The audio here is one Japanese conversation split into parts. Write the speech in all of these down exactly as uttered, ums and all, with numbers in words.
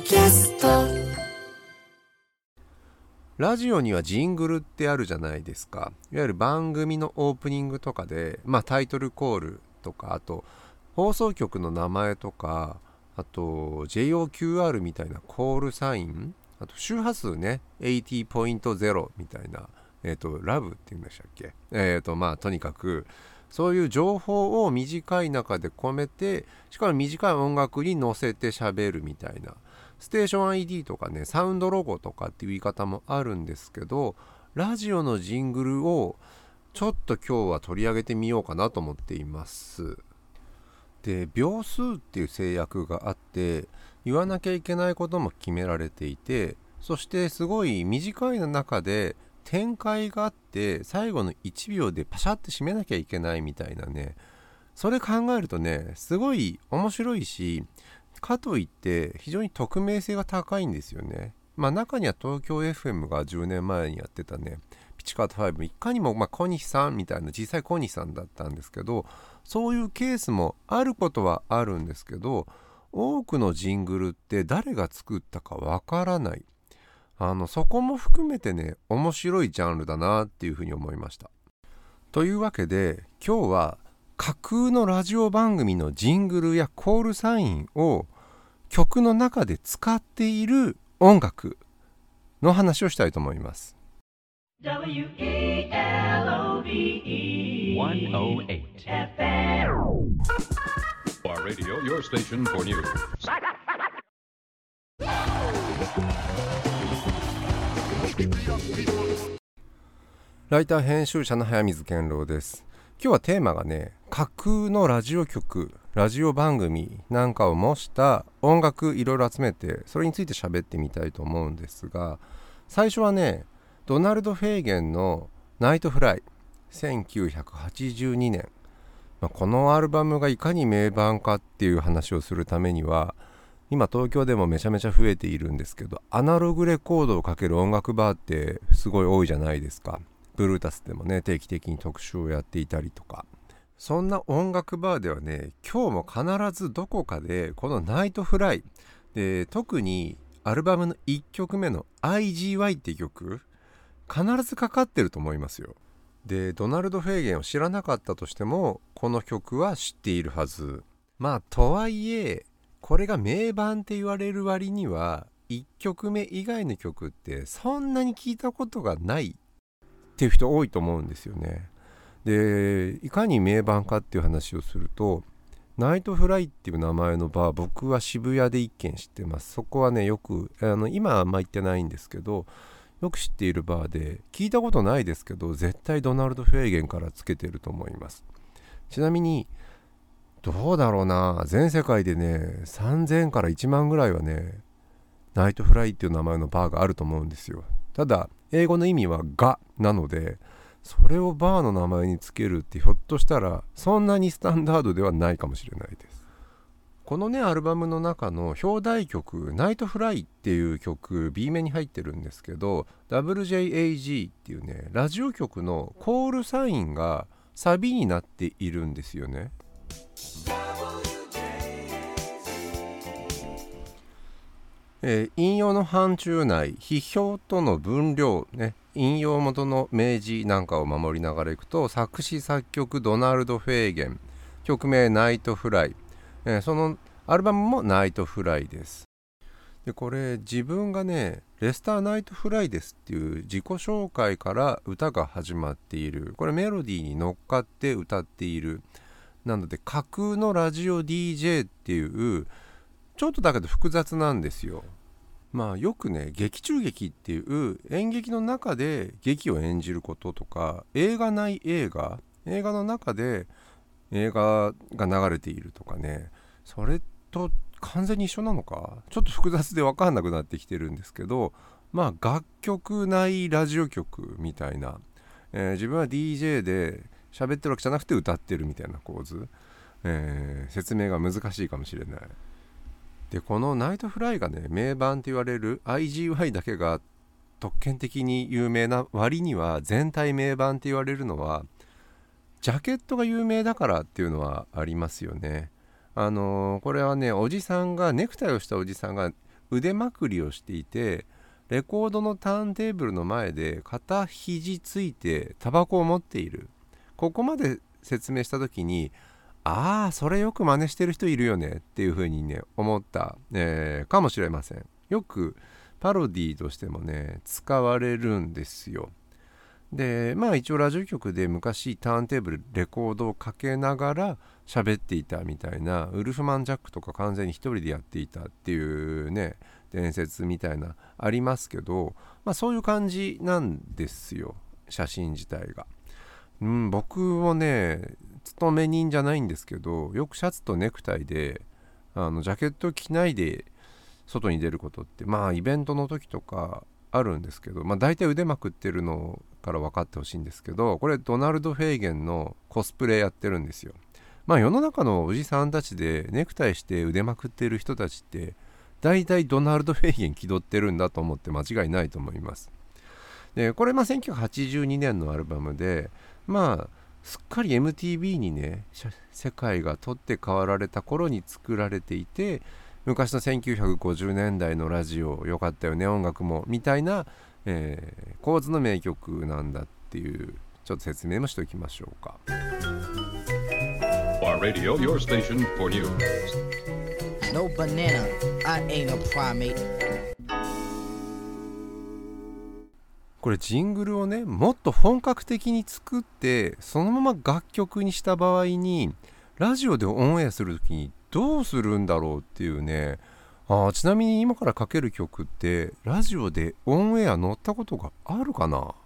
キャスト。 ラジオにはジングルってあるじゃないですか。いわゆる番組のオープニングとかで、まあ、タイトルコールとか、あと放送局の名前とか、あと ジェイオーキューアール みたいなコールサイン、あと周波数ね はちじゅうてんゼロ みたいな、えっとラブって言うんでしたっけ。えっとまあとにかくそういう情報を短い中で込めて、しかも短い音楽に乗せて喋るみたいな、ステーション アイディー とかね、サウンドロゴとかっていう言い方もあるんですけど、ラジオのジングルをちょっと今日は取り上げてみようかなと思っています。で、秒数っていう制約があって、言わなきゃいけないことも決められていて、そしてすごい短い中で展開があって、最後のいちびょうでパシャって締めなきゃいけないみたいなね、それ考えるとね、すごい面白いし、かといって非常に匿名性が高いんですよね。まあ中には東京 エフエム がじゅうねんまえにやってたね、ピチカートご、いかにもまあ小西さんみたいな小さい小西さんだったんですけど、そういうケースもあることはあるんですけど、多くのジングルって誰が作ったかわからない。あのそこも含めてね、面白いジャンルだなっていうふうに思いました。というわけで今日は架空のラジオ番組のジングルやコールサインを曲の中で使っている音楽の話をしたいと思います。 ダブリュー イー エル オー ブイ イー ひゃくはち エフエム Our radio, your station for news. ライター編集者の早水健郎です。今日はテーマがね、架空のラジオ局、ラジオ番組なんかを模した音楽いろいろ集めて、それについて喋ってみたいと思うんですが、最初はね、ドナルド・フェーゲンのナイトフライせんきゅうひゃくはちじゅうにねん、まあ、このアルバムがいかに名盤かっていう話をするためには、今東京でもめちゃめちゃ増えているんですけど、アナログレコードをかける音楽バーってすごい多いじゃないですか。ブルータスでもね、定期的に特集をやっていたりとか、そんな音楽バーではね、今日も必ずどこかでこのナイトフライで、特にアルバムのいっきょくめの アイジーワイ って曲必ずかかってると思いますよ。で、ドナルド・フェーゲンを知らなかったとしてもこの曲は知っているはず。まあとはいえ、これが名盤って言われる割にはいっきょくめ以外の曲ってそんなに聞いたことがないっていう人多いと思うんですよね。で、いかに名盤かっていう話をすると、ナイトフライっていう名前のバー、僕は渋谷で一軒知ってます。そこはね、よくあの今はあんま行ってないんですけど、よく知っているバーで、聞いたことないですけど絶対ドナルド・フェーゲンからつけてると思います。ちなみにどうだろうな、全世界でねさんぜんからいちまんぐらいはね、ナイトフライっていう名前のバーがあると思うんですよ。ただ英語の意味はがなので、それをバーの名前につけるってひょっとしたらそんなにスタンダードではないかもしれないです。このねアルバムの中の表題曲ナイトフライっていう曲 B 面に入ってるんですけど、 ダブリュージェイエージー っていうねラジオ局のコールサインがサビになっているんですよね。えー、引用の範疇内、批評との分量、ね、引用元の明示なんかを守りながらいくと、作詞作曲ドナルド・フェーゲン、曲名ナイトフライ、えー、そのアルバムもナイトフライです。で、これ自分がねレスターナイトフライですっていう自己紹介から歌が始まっている。これメロディーに乗っかって歌っている。なので架空のラジオ ディージェー っていうちょっとだけど複雑なんですよ。まあよくね、劇中劇っていう演劇の中で劇を演じることとか、映画内映画映画の中で映画が流れているとかね、それと完全に一緒なのかちょっと複雑で分かんなくなってきてるんですけど、まあ楽曲内ラジオ局みたいな、えー、自分は ディージェー で喋ってるわけじゃなくて歌ってるみたいな構図、えー、説明が難しいかもしれない。で、このナイトフライがね名盤って言われる アイジーワイ だけが特権的に有名な割には、全体名盤って言われるのはジャケットが有名だからっていうのはありますよね。あのー、これはね、おじさんがネクタイをしたおじさんが腕まくりをしていて、レコードのターンテーブルの前で片肘ついてタバコを持っている。ここまで説明した時に、ああそれよく真似してる人いるよねっていう風にね思った、えー、かもしれません。よくパロディーとしてもね使われるんですよ。でまあ一応ラジオ局で昔ターンテーブルレコードをかけながら喋っていたみたいな、ウルフマンジャックとか完全に一人でやっていたっていうね伝説みたいなありますけど、まあそういう感じなんですよ、写真自体が。うん、僕もね勤め人じゃないんですけど、よくシャツとネクタイであのジャケット着ないで外に出ることってまあイベントの時とかあるんですけど、まあ大体腕まくってるのから分かってほしいんですけど、これドナルド・フェイゲンのコスプレやってるんですよ。まあ世の中のおじさんたちでネクタイして腕まくってる人たちって大体ドナルド・フェイゲン気取ってるんだと思って間違いないと思います。でこれまあせんきゅうひゃくはちじゅうにねんのアルバムで、まあすっかり エムティーブイ にね世界が取って代わられた頃に作られていて、昔のせんきゅうひゃくごじゅうねんだいのラジオ良かったよね音楽もみたいな、えー、構図の名曲なんだっていうちょっと説明もしておきましょうか。 Bar Radio, your station for news. No banana, I ain't a primate. これジングルをねもっと本格的に作ってそのまま楽曲にした場合にラジオでオンエアするときにどうするんだろうっていうね。あ、ちなみに今からかける曲ってラジオでオンエア乗ったことがあるかな。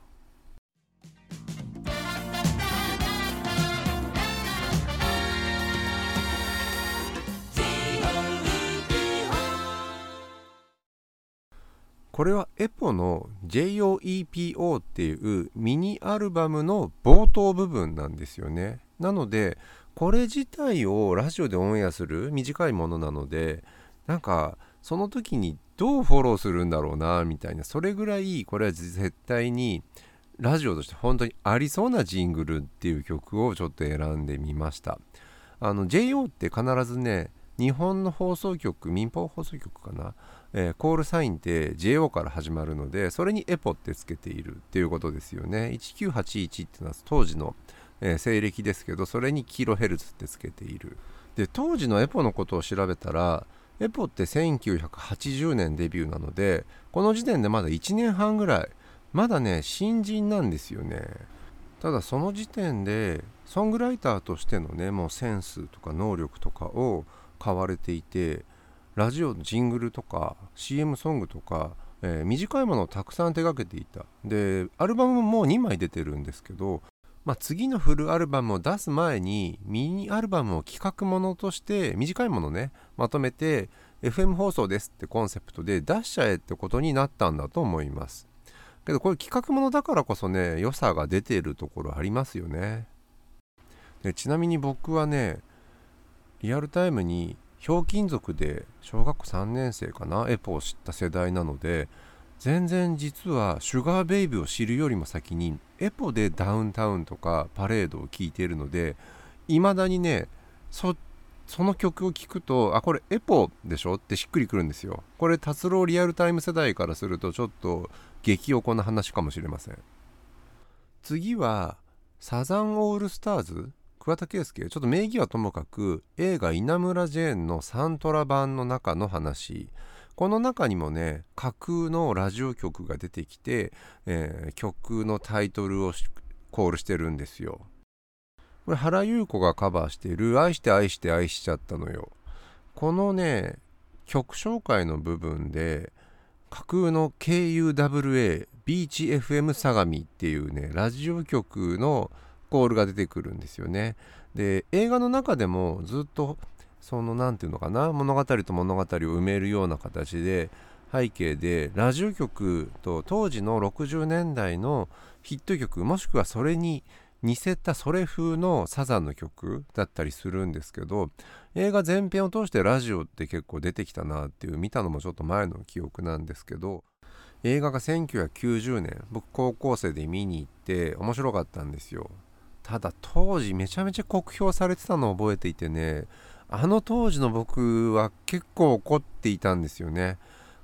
これはエポの ジェイオーイーピーオー っていうミニアルバムの冒頭部分なんですよね。なのでこれ自体をラジオでオンエアする短いものなので、なんかその時にどうフォローするんだろうなみたいな、それぐらいこれは絶対にラジオとして本当にありそうなジングルっていう曲をちょっと選んでみました。あの ジェイオー って必ずね日本の放送局、民放放送局かな、えー、コールサインって ジェイオー から始まるので、それにエポってつけているっていうことですよね。いちきゅうはちいちっていうのは当時の、えー、西暦ですけど、それにキロヘルツってつけている。で当時のエポのことを調べたら、エポってせんきゅうひゃくはちじゅうねんデビューなので、この時点でまだいちねんはんぐらい、まだね新人なんですよね。ただその時点でソングライターとしてのねもうセンスとか能力とかを買われていて、ラジオのジングルとか シーエム ソングとか、えー、短いものをたくさん手掛けていた。でアルバムももうにまい出てるんですけど、まあ、次のフルアルバムを出す前にミニアルバムを企画ものとして短いものねまとめて エフエム 放送ですってコンセプトで出しちゃえってことになったんだと思います。けどこれ企画ものだからこそね良さが出ているところありますよね。でちなみに僕はねリアルタイムにひょうきん族で小学校さんねん生かなエポを知った世代なので、全然実はシュガーベイビーを知るよりも先にエポでダウンタウンとかパレードを聴いているので、いまだにね そ, その曲を聴くとあこれエポでしょってしっくりくるんですよ。これ達郎リアルタイム世代からするとちょっと激おこな話かもしれません。次はサザンオールスターズ桑田佳祐、ちょっと名義はともかく映画稲村ジェーンのサントラ版の中の話。この中にもね架空のラジオ局が出てきて、えー、曲のタイトルをコールしてるんですよ。これ原由子がカバーしている愛して愛して愛しちゃったのよ。このね曲紹介の部分で架空の ケーユーダブリューエー ビーチ エフエム 相模っていうねラジオ局のコールが出てくるんですよね。で映画の中でもずっとそのなんていうのかな物語と物語を埋めるような形で背景でラジオ局と当時のろくじゅうねんだいのヒット曲もしくはそれに似せたそれ風のサザンの曲だったりするんですけど、映画全編を通してラジオって結構出てきたなっていう見たのもちょっと前の記憶なんですけど、映画がせんきゅうひゃくきゅうじゅうねん僕高校生で見に行って面白かったんですよ。ただ当時めちゃめちゃ酷評されてたのを覚えていてね、あの当時の僕は結構怒っていたんですよね。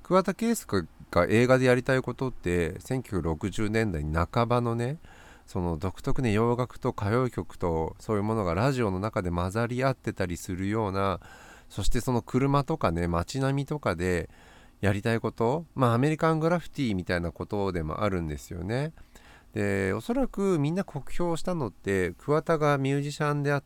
桑田佳祐が映画でやりたいことってせんきゅうひゃくろくじゅうねんだい半ばのね、その独特な洋楽と歌謡曲とそういうものがラジオの中で混ざり合ってたりするような、そしてその車とかね街並みとかでやりたいこと、まあアメリカングラフィティみたいなことでもあるんですよね。でおそらくみんな酷評したのって桑田がミュージシャンであって、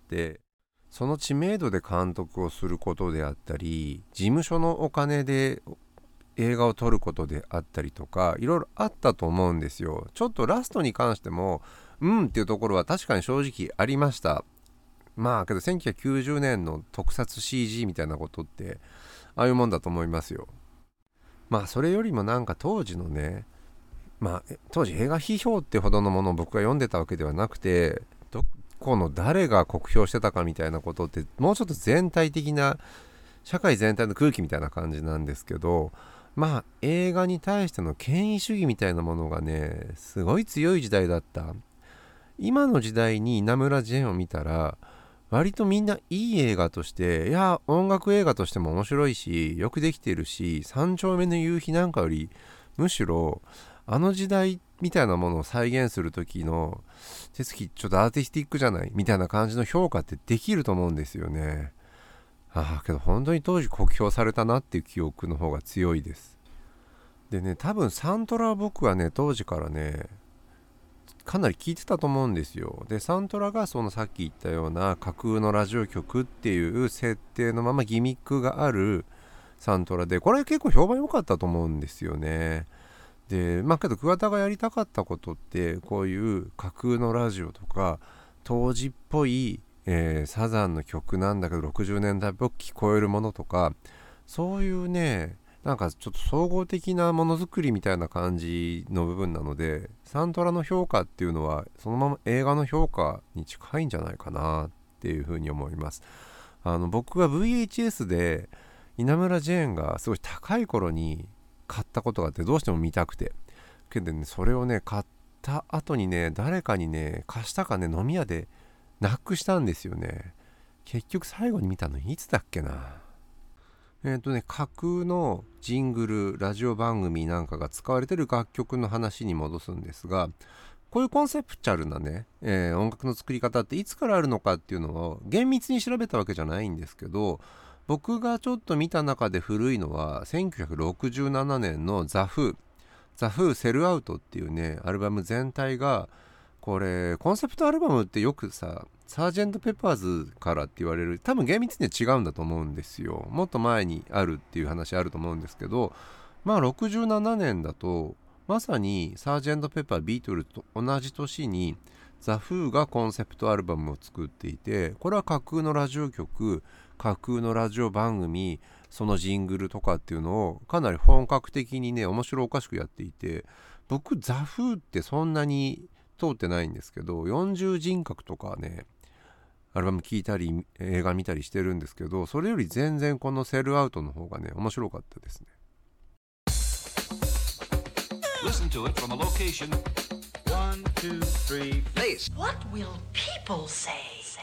その知名度で監督をすることであったり、事務所のお金で映画を撮ることであったりとか、いろいろあったと思うんですよ。ちょっとラストに関してもうんっていうところは確かに正直ありました。まあけどせんきゅうひゃくきゅうじゅうねんの特撮 シージー みたいなことってああいうもんだと思いますよ。まあそれよりもなんか当時のね、まあ当時映画批評ってほどのものを僕が読んでたわけではなくて、どこの誰が酷評してたかみたいなことってもうちょっと全体的な社会全体の空気みたいな感じなんですけど、まあ映画に対しての権威主義みたいなものがねすごい強い時代だった。今の時代に稲村ジェーンを見たら割とみんないい映画として、いや音楽映画としても面白いしよくできてるし、三丁目の夕日なんかよりむしろあの時代みたいなものを再現する時の手つきちょっとアーティスティックじゃないみたいな感じの評価ってできると思うんですよね。ああけど本当に当時酷評されたなっていう記憶の方が強いです。でね、多分サントラは僕はね当時からねかなり聴いてたと思うんですよ。でサントラがそのさっき言ったような架空のラジオ局っていう設定のままギミックがあるサントラで、これ結構評判良かったと思うんですよね。でまあけど桑田がやりたかったことってこういう架空のラジオとか当時っぽい、えー、サザンの曲なんだけどろくじゅうねんだいっぽく聞こえるものとか、そういうねなんかちょっと総合的なものづくりみたいな感じの部分なので、サントラの評価っていうのはそのまま映画の評価に近いんじゃないかなっていうふうに思います。あの僕が ブイエイチエス で稲村ジェーンがすごい高い頃に買ったことがあって、どうしても見たくてけどね、それをね買った後にね誰かにね貸したかね飲み屋でなくしたんですよね。結局最後に見たのいつだっけな。えっとね架空のジングルラジオ番組なんかが使われてる楽曲の話に戻すんですが、こういうコンセプチャルなね、えー、音楽の作り方っていつからあるのかっていうのを厳密に調べたわけじゃないんですけど、僕がちょっと見た中で古いのはせんきゅうひゃくろくじゅうななねんのザ・フーザ・フーセルアウトっていうねアルバム全体が、これコンセプトアルバムってよくさサージェントペッパーズからって言われる、多分厳密には違うんだと思うんですよ。もっと前にあるっていう話あると思うんですけど、まあろくじゅうななねんだとまさにサージェントペッパービートルズと同じ年にザ・フーがコンセプトアルバムを作っていて、これは架空のラジオ曲架空のラジオ番組そのジングルとかっていうのをかなり本格的にね面白おかしくやっていて、僕ザ・フーってそんなに通ってないんですけどよんじゅう人格とかねアルバム聴いたり映画見たりしてるんですけど、それより全然このセルアウトの方がね面白かったですね。 Listen to it from a location. One, two, three, please. What will people say?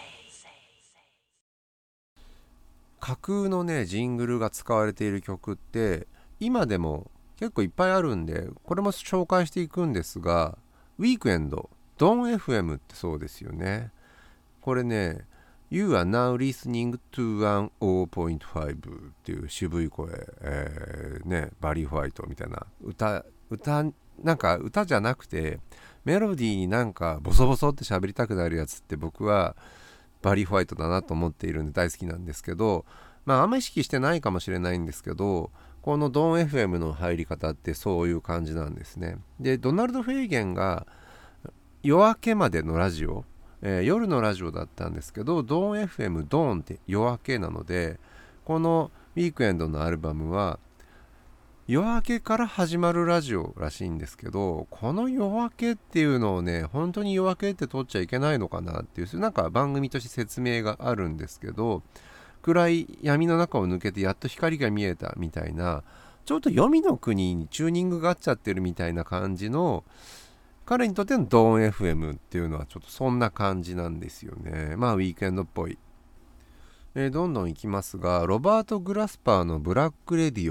架空のねジングルが使われている曲って今でも結構いっぱいあるんで、これも紹介していくんですが、ウィークエンドドン エフエム ってそうですよね。これね You are now listening to ワンオーポイントファイブ っていう渋い声、えー、ねバリー・ホワイトみたいな歌歌なんか歌じゃなくてメロディーになんかボソボソって喋りたくなるやつって僕はバリー・ホワイトだなと思っているんで大好きなんですけど、まああんま意識してないかもしれないんですけど、このドン エフエム の入り方ってそういう感じなんですね。でドナルド・フェイゲンが夜明けまでのラジオ、えー、夜のラジオだったんですけど、ドン エフエム ドンって夜明けなので、このウィークエンドのアルバムは夜明けから始まるラジオらしいんですけど、この夜明けっていうのをね本当に夜明けって撮っちゃいけないのかなっていう、なんか番組として説明があるんですけど、暗い闇の中を抜けてやっと光が見えたみたいな、ちょっと黄泉の国にチューニングが合っちゃってるみたいな感じの、彼にとってのドーン エフエム っていうのはちょっとそんな感じなんですよね。まあウィークエンドっぽい。えー、どんどんいきますが、ロバート・グラスパーのブラックレディオ、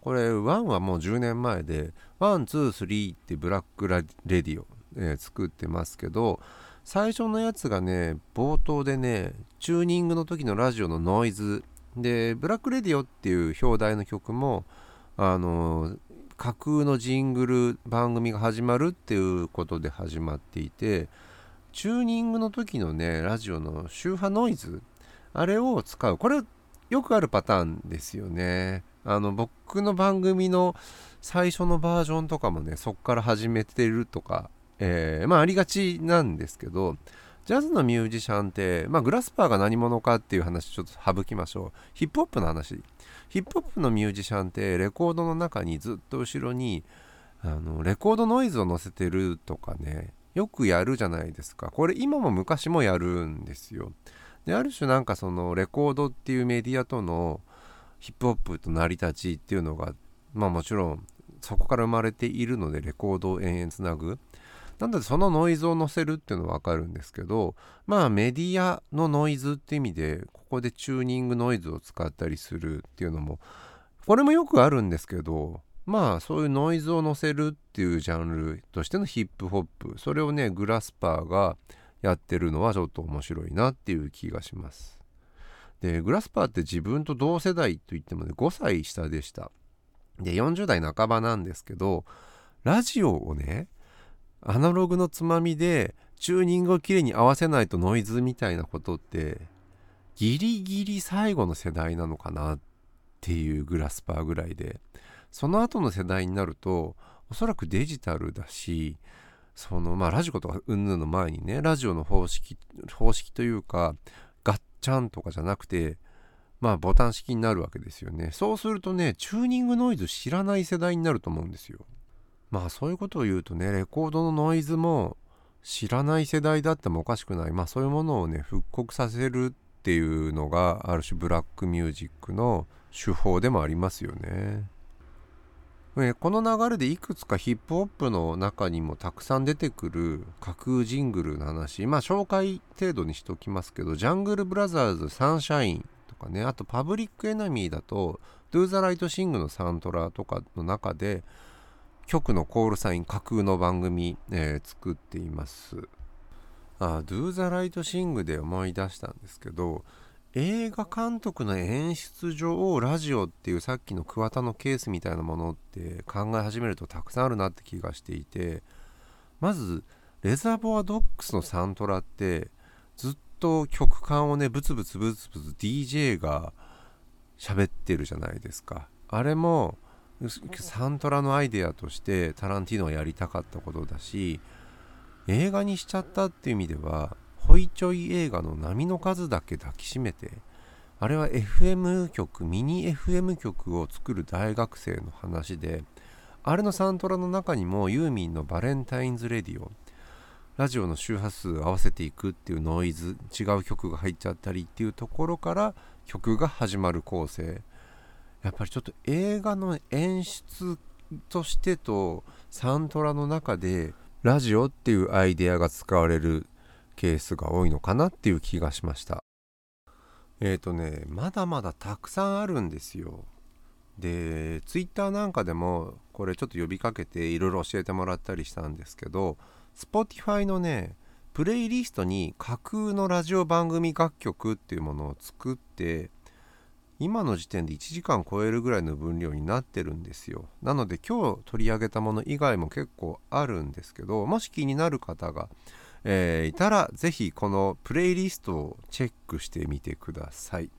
これワンはもうじゅうねんまえでワン、ツー、スリーってブラックレディオ、えー作ってますけど、最初のやつがね冒頭でねチューニングの時のラジオのノイズで、ブラックレディオっていう表題の曲もあの架空のジングル番組が始まるっていうことで始まっていて、チューニングの時のねラジオの周波ノイズ、あれを使う。これよくあるパターンですよね。あの僕の番組の最初のバージョンとかもねそっから始めてるとか、えー、まあありがちなんですけど、ジャズのミュージシャンって、まあグラスパーが何者かっていう話ちょっと省きましょう。ヒップホップの話。ヒップホップのミュージシャンってレコードの中にずっと後ろにあのレコードノイズを乗せてるとかね、よくやるじゃないですか。これ今も昔もやるんですよ。で、ある種なんかそのレコードっていうメディアとのヒップホップと成り立ちっていうのが、まあもちろんそこから生まれているので、レコードを延々つなぐ。なのでそのノイズを乗せるっていうのはわかるんですけど、まあメディアのノイズって意味でここでチューニングノイズを使ったりするっていうのも、これもよくあるんですけど、まあそういうノイズを乗せるっていうジャンルとしてのヒップホップ、それをねグラスパーがやってるのはちょっと面白いなっていう気がします。で、グラスパーって自分と同世代といってもねごさい下でした。で、よんじゅう代半ばなんですけど、ラジオをねアナログのつまみでチューニングをきれいに合わせないとノイズみたいなことってギリギリ最後の世代なのかなっていうグラスパーぐらいで、その後の世代になるとおそらくデジタルだし、そのまあラジコとかうんぬんの前にね、ラジオの方式方式というかガッチャンとかじゃなくて、まあボタン式になるわけですよね。そうするとねチューニングノイズ知らない世代になると思うんですよ。まあそういうことを言うとね、レコードのノイズも知らない世代だってもおかしくない。まあそういうものをね復刻させるっていうのがある種ブラックミュージックの手法でもありますよね。えこの流れでいくつかヒップホップの中にもたくさん出てくる架空ジングルの話、まあ紹介程度にしときますけど、ジャングルブラザーズサンシャインとかね、あとパブリックエナミーだと Do the Right Thing のサントラとかの中で局のコールサイン架空の番組、えー、作っています。あ、Do the Right Thing で思い出したんですけど、映画監督の演出上ラジオっていうさっきの桑田のケースみたいなものって考え始めるとたくさんあるなって気がしていて、まずレザーボアドックスのサントラってずっと曲間をねブツブツブツブツ ディージェー が喋ってるじゃないですか。あれもサントラのアイデアとしてタランティーノがやりたかったことだし、映画にしちゃったっていう意味ではホイチョイ映画の波の数だけ抱きしめて、あれは エフエム 局ミニ エフエム 局を作る大学生の話で、あれのサントラの中にもユーミンのバレンタインズレディオ、ラジオの周波数を合わせていくっていうノイズ、違う曲が入っちゃったりっていうところから曲が始まる構成、やっぱりちょっと映画の演出としてとサントラの中でラジオっていうアイデアが使われるケースが多いのかなっていう気がしました。えーとねまだまだたくさんあるんですよ。でツイッターなんかでもこれちょっと呼びかけていろいろ教えてもらったりしたんですけど、 Spotify のねプレイリストに架空のラジオ番組楽曲っていうものを作って、今の時点でいちじかん超えるぐらいの分量になってるんですよ。なので今日取り上げたもの以外も結構あるんですけど、もし気になる方が、えー、いたらぜひこのプレイリストをチェックしてみてください。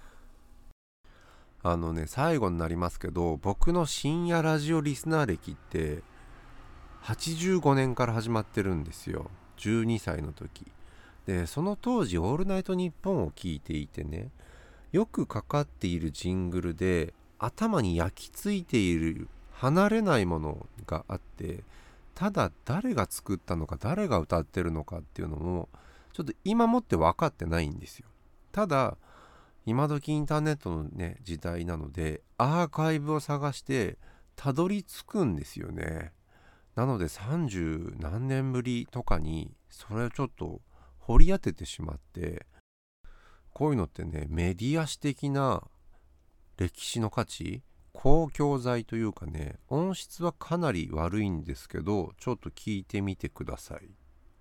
あのね最後になりますけど、僕の深夜ラジオリスナー歴ってはちじゅうごねんから始まってるんですよ。じゅうにさいの時で、その当時オールナイトニッポンを聞いていてね、よくかかっているジングルで頭に焼き付いている離れないものがあって、ただ誰が作ったのか誰が歌ってるのかっていうのもちょっと今もって分かってないんですよ。ただ今時インターネットのね時代なのでアーカイブを探してたどり着くんですよね。なのでさんじゅうなんねんぶりとかにそれをちょっと掘り当ててしまって、こういうのってねメディア史的な歴史の価値、考公共材というかね、音質はかなり悪いんですけど、ちょっと聞いてみてください。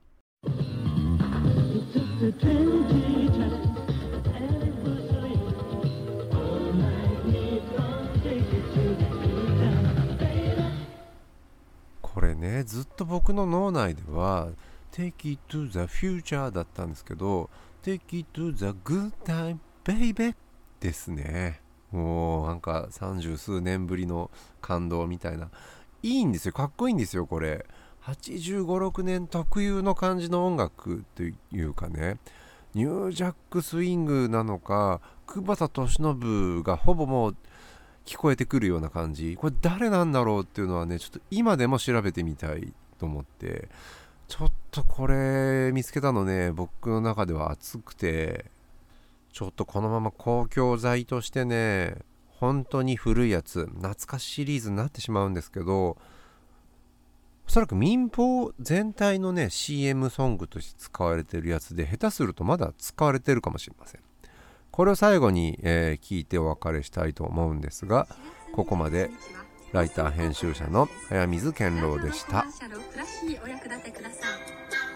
これね、ずっと僕の脳内では Take it to the future だったんですけど、 Take it to the good time baby ですね。もうなんか三十数年ぶりの感動みたいな。いいんですよ、かっこいいんですよこれ。はちじゅうご、ろくねん特有の感じの音楽というかね、ニュージャックスイングなのか、久保田利伸がほぼもう聞こえてくるような感じ。これ誰なんだろうっていうのはね、ちょっと今でも調べてみたいと思って、ちょっとこれ見つけたのね、僕の中では熱くて、ちょっとこのまま公共材としてね、本当に古いやつ、懐かしシリーズになってしまうんですけど、おそらく民放全体のね シーエム ソングとして使われてるやつで、下手するとまだ使われてるかもしれません。これを最後に、えー、聞いてお別れしたいと思うんですが、ここまでライター編集者の早水健郎でした。